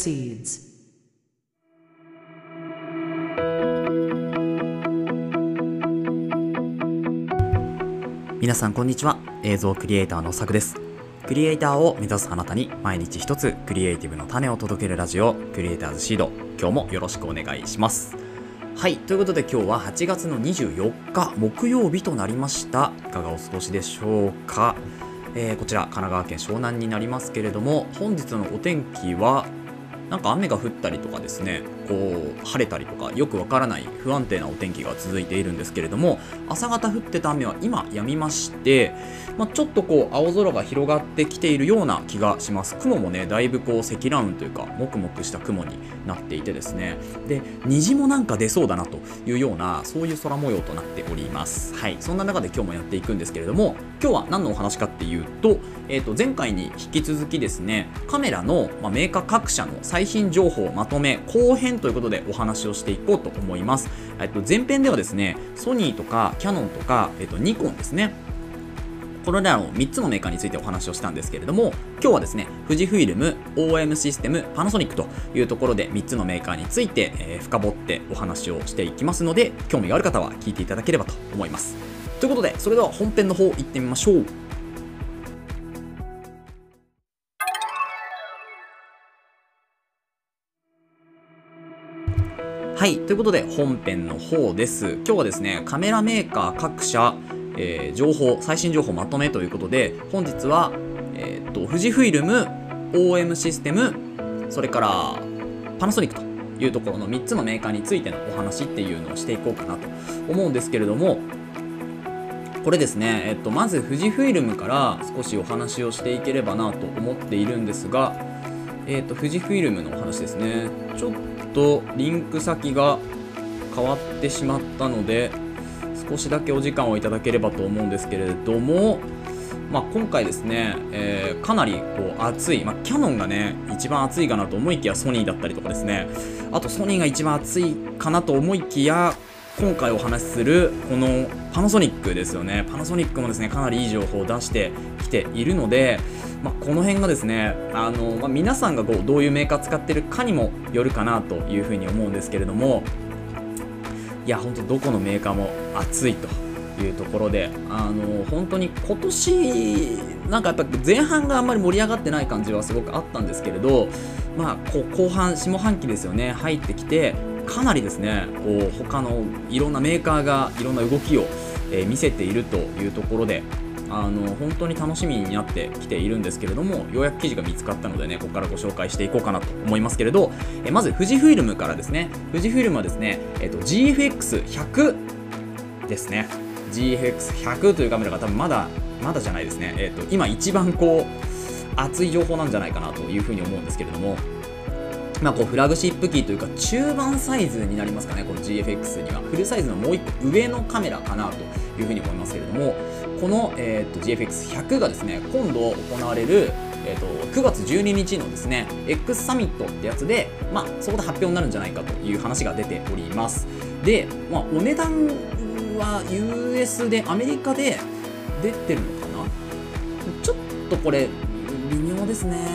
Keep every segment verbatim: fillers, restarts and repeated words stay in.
proceeds. 皆さんこんにちは。映像クリエイターのさくです。クリエイターを目指すあなたに毎日一つクリエイティブの種を届けるラジオ、クリエイターズシード。今日もよろしくお願いします。はい、ということで今日ははちがつのにじゅうよっか木曜日となりました。いかがお過ごしでしょうか。えー、こちら神奈川県湘南になりますけれども、本日のお天気はなんか雨が降ったりとかですね、こう晴れたりとかよくわからない不安定なお天気が続いているんですけれども、朝方降ってた雨は今止みまして、まあ、ちょっとこう青空が広がってきているような気がします。雲もねだいぶこう積乱雲というかもくもくした雲になっていてですね、で虹もなんか出そうだなというようなそういう空模様となっております。はい、そんな中で今日もやっていくんですけれども、今日は何のお話かっていうと、えー、と前回に引き続きですね、カメラの、まあ、メーカー各社の最新情報まとめ後編ということでお話をしていこうと思います。えっと、前編ではですね、ソニーとかキヤノンとか、えっと、ニコンですね、これらのみっつのメーカーについてお話をしたんですけれども、今日はですね、富士フイルム、オーエム システム、パナソニックというところでみっつのメーカーについて、えー、深掘ってお話をしていきますので、興味がある方は聞いていただければと思います。ということで、それでは本編の方行ってみましょう。はい、ということで本編の方です。今日はですね、カメラメーカー各社、えー、情報最新情報まとめということで、本日は、えー、と富士フイルム、オーエム システム、それからパナソニックというところのみっつのメーカーについてのお話っていうのをしていこうかなと思うんですけれども、これですね、えっと、まず富士フイルムから少しお話をしていければなと思っているんですが、えっと、富士フイルムのお話ですね。ちょっとリンク先が変わってしまったので少しだけお時間をいただければと思うんですけれども、まあ、今回ですね、えー、かなりこう熱い、まあ、キヤノンがね一番熱いかなと思いきやソニーだったりとかですね、あとソニーが一番熱いかなと思いきや今回お話しするこのパナソニックですよね。パナソニックもですねかなりいい情報を出してきているので、まあ、この辺がですね、あの、まあ、皆さんがこうどういうメーカー使ってるかにもよるかなというふうに思うんですけれども、いや本当どこのメーカーも熱いというところで、あの本当に今年なんかやっぱ前半があんまり盛り上がってない感じはすごくあったんですけれど、まあこう後半下半期ですよね、入ってきてかなりですねこう他のいろんなメーカーがいろんな動きを、えー、見せているというところで、あの本当に楽しみになってきているんですけれども、ようやく記事が見つかったのでね、ここからご紹介していこうかなと思いますけれど、えまず富士フイルムからですね。富士フイルムはですね、えっと、ジーエフエックスひゃく ですね。 ジーエフエックスひゃく というカメラが多分まだまだじゃないですね、えっと、今一番こう熱い情報なんじゃないかなというふうに思うんですけれども、まあ、こうフラグシップ機というか中盤サイズになりますかね。この ジーエフエックス にはフルサイズのもう一個上のカメラかなというふうに思いますけれども、この、えー、と ジーエフエックスひゃく がですね今度行われる、えー、とくがつじゅうににちのですね X サミットってやつで、まあ、そこで発表になるんじゃないかという話が出ております。で、まあ、お値段は ユーエス でアメリカで出てるのかな。ちょっとこれ微妙ですね。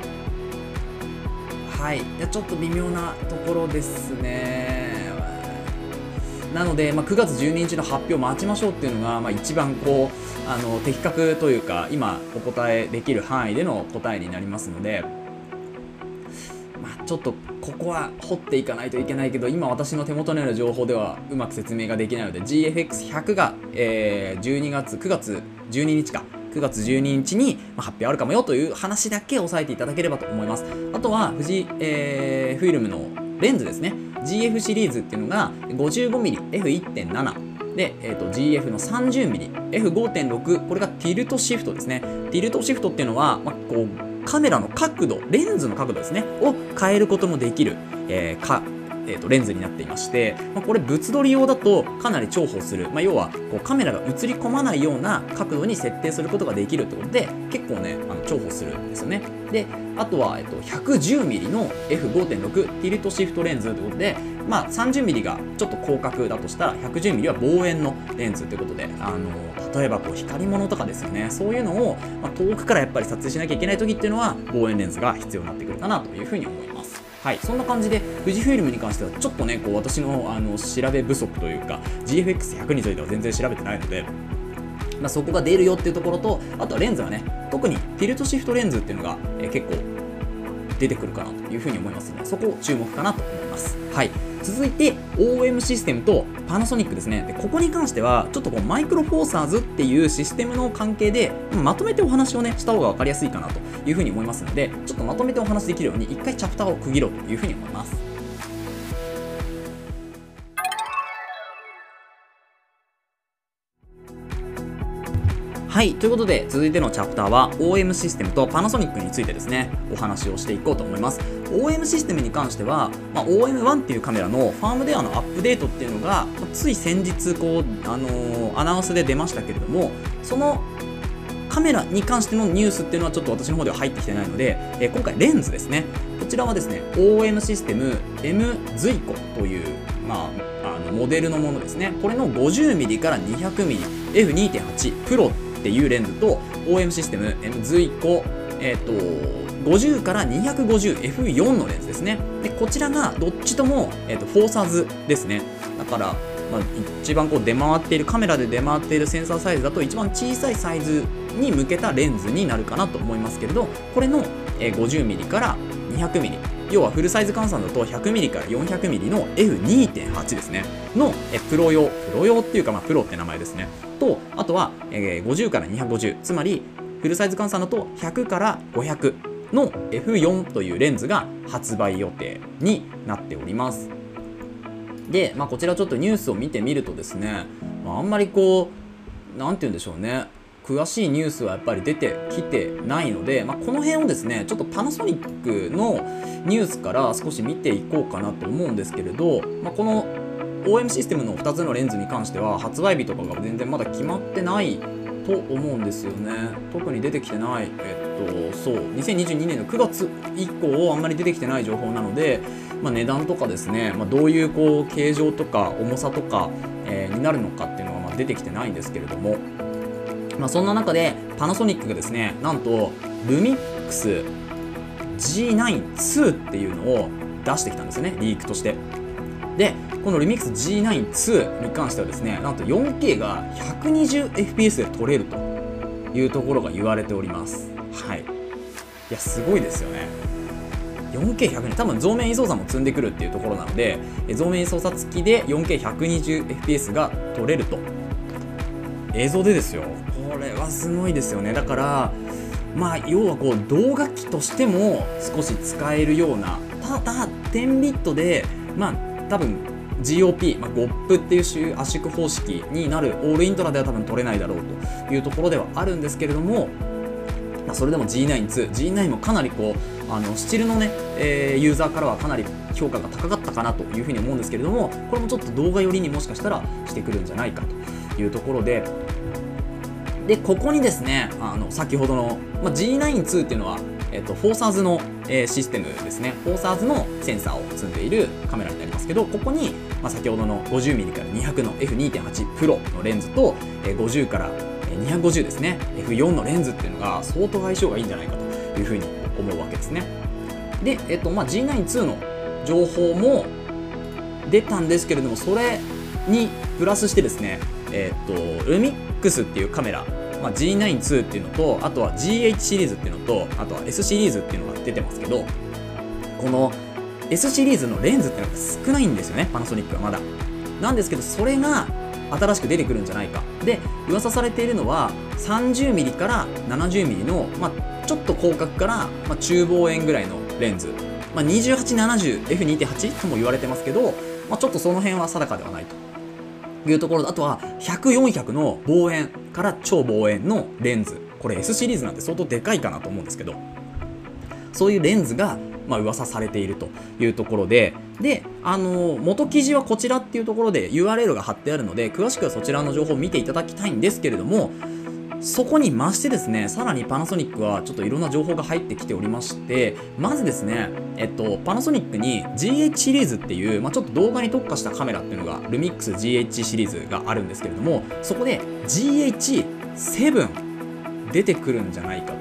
はい、いやちょっと微妙なところですね。なので、まあ、くがつじゅうににちの発表を待ちましょうっていうのが、まあ、一番こうあの的確というか今お答えできる範囲での答えになりますので、まあ、ちょっとここは掘っていかないといけないけど、今私の手元にある情報ではうまく説明ができないので ジーエフエックスひゃく が、えー、じゅうにがつくがつじゅうににちかくがつじゅうににちに発表あるかもよという話だけ押さえていただければと思います。あとは富士、えー、フイルムのレンズですね、 ジーエフ シリーズっていうのが ごじゅうごミリエフいってんなな で、えー、と ジーエフ の さんじゅうミリエフごてんろく、 これがティルトシフトですね。ティルトシフトっていうのは、まあ、こうカメラの角度、レンズの角度ですねを変えることもできる、えーかえー、とレンズになっていまして、まあ、これ物撮り用だとかなり重宝する、まあ、要はこうカメラが映り込まないような角度に設定することができるということで結構ねあの重宝するんですよね。であとは、えっと、ひゃくじゅうミリの エフごてんろく ティルトシフトレンズということで、まあ、さんじゅうミリがちょっと広角だとしたらひゃくじゅうミリは望遠のレンズということで、あの例えばこう光り物とかですよね、そういうのを、まあ、遠くからやっぱり撮影しなきゃいけない時っていうのは望遠レンズが必要になってくるかなというふうに思います。 はい、そんな感じで富士フイルムに関してはちょっとねこう私のあの調べ不足というか ジーエフエックスひゃく については全然調べてないので、まあ、そこが出るよっていうところと、あとはレンズはね特にティルトシフトレンズっていうのが、えー、結構出てくるかなというふうに思いますので、そこ注目かなと思います。はい、続いて オーエム システムとパナソニックですね。でここに関してはちょっとこうマイクロフォーサーズっていうシステムの関係でまとめてお話をねした方が分かりやすいかなというふうに思いますので、ちょっとまとめてお話できるように一回チャプターを区切ろうというふうに思います。はい、ということで続いてのチャプターは オーエム システムとパナソニックについてですねお話をしていこうと思います。 オーエム システムに関しては、まあ、オーエムワン っていうカメラのファームウェアのアップデートっていうのがつい先日こう、あのー、アナウンスで出ましたけれども、そのカメラに関してのニュースっていうのはちょっと私の方では入ってきてないので、えー、今回レンズですね。こちらはですね オーエム システム M ズイコという、まあ、あのモデルのものですね。これの ごじゅうミリ から にひゃくミリエフにてんはち プロっていうレンズと オーエム システム M ズイコ、えー、とごじゅうから にひゃくごじゅうエフよん のレンズですね。でこちらがどっちとも、えー、とフォーサーズですね。だから、まあ、一番こう出回っているカメラで出回っているセンサーサイズだと一番小さいサイズに向けたレンズになるかなと思いますけれど、これの ごじゅうミリ から にひゃくミリ、要はフルサイズ換算だと ひゃくミリ から よんひゃくミリ の エフにてんはち ですねのえプロ用、プロ用っていうか、まあ、プロって名前ですねと、あとは、えー、ごじゅうからにひゃくごじゅう、つまりフルサイズ換算だとひゃくからごひゃくの エフよん というレンズが発売予定になっております。で、まあ、こちらちょっとニュースを見てみるとですね、まあ、あんまりこうなんて言うんでしょうね、詳しいニュースはやっぱり出てきてないので、まあ、この辺をですねちょっとパナソニックのニュースから少し見ていこうかなと思うんですけれど、まあ、この オーエム システムのふたつのレンズに関しては発売日とかが全然まだ決まってないと思うんですよね。特に出てきてない、えっとそうにせんにじゅうにねんのくがつ以降あんまり出てきてない情報なので、まあ、値段とかですね、まあ、どういうこう形状とか重さとか、えー、になるのかっていうのはまあ出てきてないんですけれども、まあ、そんな中でパナソニックがですねなんとルミックス ジーナインツー っていうのを出してきたんですよね、リークとして。でこのルミックス ジーナインツー に関してはですねなんと よんケー が ひゃくにじゅうエフピーエス で撮れるというところが言われております。はい、いやすごいですよね。 よんケーひゃくにじゅう 多分増面位操作も積んでくるっていうところなので、増面位操作付きで よんケーひゃくにじゅうエフピーエス が撮れると、映像でですよ。これはすごいですよね。だからまあ要はこう動画機としても少し使えるような、ただじゅうビットでまあ多分 ジーオーピー、まあ、ゴップっていう圧縮方式になるオールイントラでは多分撮れないだろうというところではあるんですけれども、まあ、それでも ジーナインツー、ジーナイン もかなりこうあのスチルのね、えー、ユーザーからはかなり評価が高かったかなというふうに思うんですけれども、これもちょっと動画寄りにもしかしたらしてくるんじゃないかというところで、でここにですねあの先ほどの、まあ、ジーナインツー っていうのは、えっと、フォーサーズの、えー、システムですね。フォーサーズのセンサーを積んでいるカメラになりますけど、ここに、まあ、先ほどの ごじゅうミリ からにひゃくの エフにてんはち プロのレンズと、えー、ごじゅうからにひゃくごじゅうですね エフよん のレンズっていうのが相当相性がいいんじゃないかというふうに思うわけですね。で、えっとまあ、ジーナインツー の情報も出たんですけれども、それにプラスしてですね、えっとルミックスっていうカメラ、まあ、ジーナインツー っていうのと、あとは ジーエイチ シリーズっていうのと、あとは S シリーズっていうのが出てますけど、この S シリーズのレンズっていうのが少ないんですよね、パナソニックはまだ。なんですけど、それが新しく出てくるんじゃないか。で、噂されているのは さんじゅうミリ から ななじゅうミリ の、まあ、ちょっと広角から、まあ、中望遠ぐらいのレンズ、まあ、にじゅうはちななじゅうエフにてんはち とも言われてますけど、まあ、ちょっとその辺は定かではないというところで、あとはひゃく、よんひゃくの望遠から超望遠のレンズ、これ S シリーズなんて相当でかいかなと思うんですけど、そういうレンズがまあ噂されているというところで、で、あの元記事はこちらっていうところで ユーアールエル が貼ってあるので、詳しくはそちらの情報を見ていただきたいんですけれども、そこに増してですね、さらにパナソニックはちょっといろんな情報が入ってきておりまして、まずですね、えっと、パナソニックに ジーエイチ シリーズっていう、まあ、ちょっと動画に特化したカメラっていうのが、ルミックス ジーエイチ シリーズがあるんですけれども、そこで ジーエイチセブン 出てくるんじゃないかと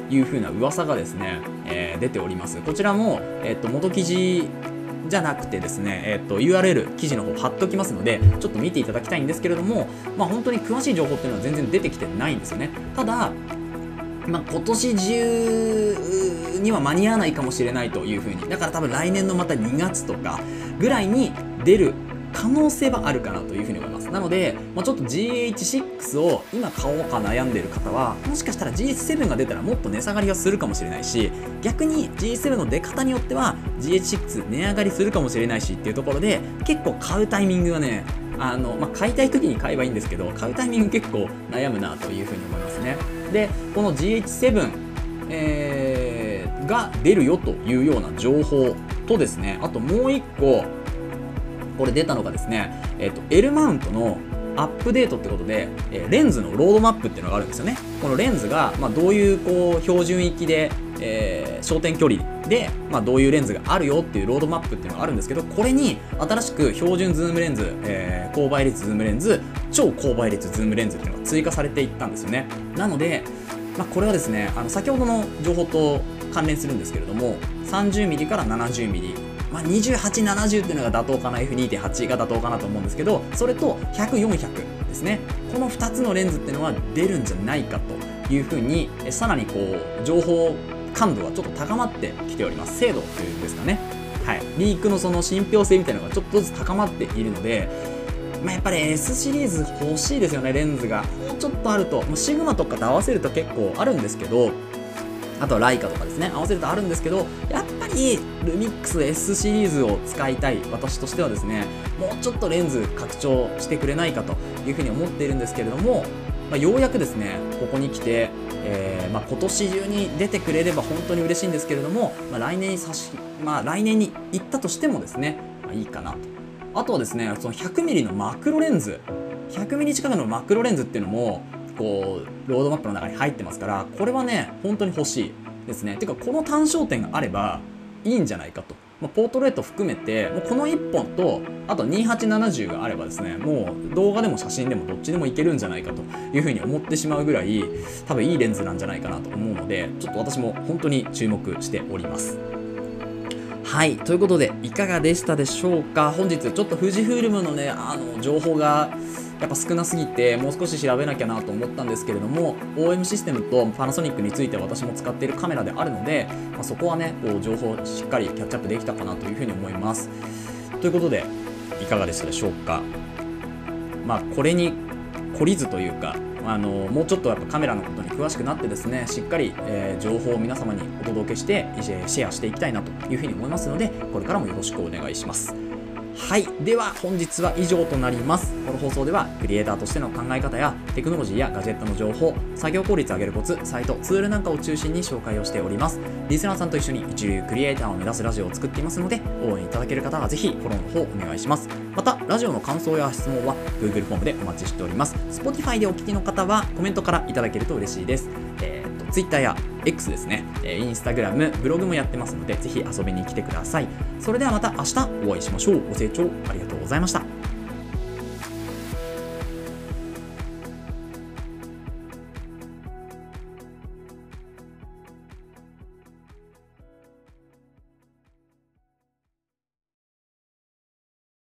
いう風な噂がですね、えー、出ております。こちらも、えー、と元記事じゃなくてですね、えー、と ユーアールエル 記事の方貼っておきますので、ちょっと見ていただきたいんですけれども、まあ、本当に詳しい情報っていうのは全然出てきてないんですよね。ただ、まあ、今年中には間に合わないかもしれないというふうに、だから多分来年のまたにがつとかぐらいに出る可能性はあるかなというふうに思います。なので、まあ、ちょっと ジーエイチシックス を今買おうか悩んでいる方は、もしかしたら ジーエイチセブン が出たらもっと値下がりがするかもしれないし、逆に ジーエイチセブン の出方によっては ジーエイチシックス 値上がりするかもしれないしっていうところで、結構買うタイミングはね、あの、まあ、買いたい時に買えばいいんですけど、買うタイミング結構悩むなというふうに思いますね。で、この ジーエイチセブン、えー、が出るよというような情報とですね、あともう一個これ出たのがですね、えーと、L マウントのアップデートってことで、えー、レンズのロードマップっていうのがあるんですよね。このレンズが、まあ、どういうこう標準域で、えー、焦点距離で、まあ、どういうレンズがあるよっていうロードマップっていうのがあるんですけど、これに新しく標準ズームレンズ、えー、高倍率ズームレンズ、超高倍率ズームレンズっていうのが追加されていったんですよね。なので、まあ、これはですね、あの先ほどの情報と関連するんですけれども、さんじゅうミリ から ななじゅうミリ、まあ、にじゅうはち、ななじゅうっていうのが妥当かな、エフにてんはち が妥当かなと思うんですけど、それとひゃく、よんひゃくですね、このふたつのレンズっていうのは出るんじゃないかというふうに、さらにこう情報感度はちょっと高まってきております。精度というんですかね、はい、リークのその信憑性みたいなのがちょっとずつ高まっているので、まあ、やっぱり S シリーズ欲しいですよね。レンズがもうちょっとあると、もうシグマとかと合わせると結構あるんですけど、あとはライカとかですね、合わせるとあるんですけど、やっぱりルミックス S シリーズを使いたい私としてはですね、もうちょっとレンズ拡張してくれないかというふうに思っているんですけれども、まあ、ようやくですね、ここに来て、えーまあ、今年中に出てくれれば本当に嬉しいんですけれども、まあ、来年に差し、まあ、来年に行ったとしてもですね、まあ、いいかなと。あとはですね、その ひゃくミリ のマクロレンズ、ひゃくミリ 近くのマクロレンズっていうのもこうロードマップの中に入ってますから、これはね本当に欲しいですね。てかこの単焦点があればいいんじゃないかと、まあ、ポートレート含めてもうこのいっぽんとあとにじゅうはち、ななじゅうがあればですね、もう動画でも写真でもどっちでもいけるんじゃないかというふうに思ってしまうぐらい多分いいレンズなんじゃないかなと思うので、ちょっと私も本当に注目しております。はい、ということでいかがでしたでしょうか。本日ちょっと富士フイルムのねあの情報がやっぱ少なすぎてもう少し調べなきゃなと思ったんですけれども、 オーエム システムとパナソニックについて私も使っているカメラであるので、まあ、そこはねこう情報をしっかりキャッチアップできたかなというふうに思います。ということでいかがでしたでしょうか。まあこれに懲りずというか、あのもうちょっとやっぱカメラのことに詳しくなってですね、しっかり、えー、情報を皆様にお届けしてシェアしていきたいなというふうに思いますので、これからもよろしくお願いします。はい、では本日は以上となります。この放送ではクリエイターとしての考え方やテクノロジーやガジェットの情報、作業効率を上げるコツ、サイト、ツールなんかを中心に紹介をしております。リスナーさんと一緒に一流クリエイターを目指すラジオを作っていますので、応援いただける方はぜひフォローの方お願いします。またラジオの感想や質問は Google フォームでお待ちしております。 Spotify でお聞きの方はコメントからいただけると嬉しいです。えー、と Twitter や X ですね、えー、Instagram、ブログもやってますのでぜひ遊びに来てください。それではまた明日お会いしましょう。ご清聴ありがとうございました。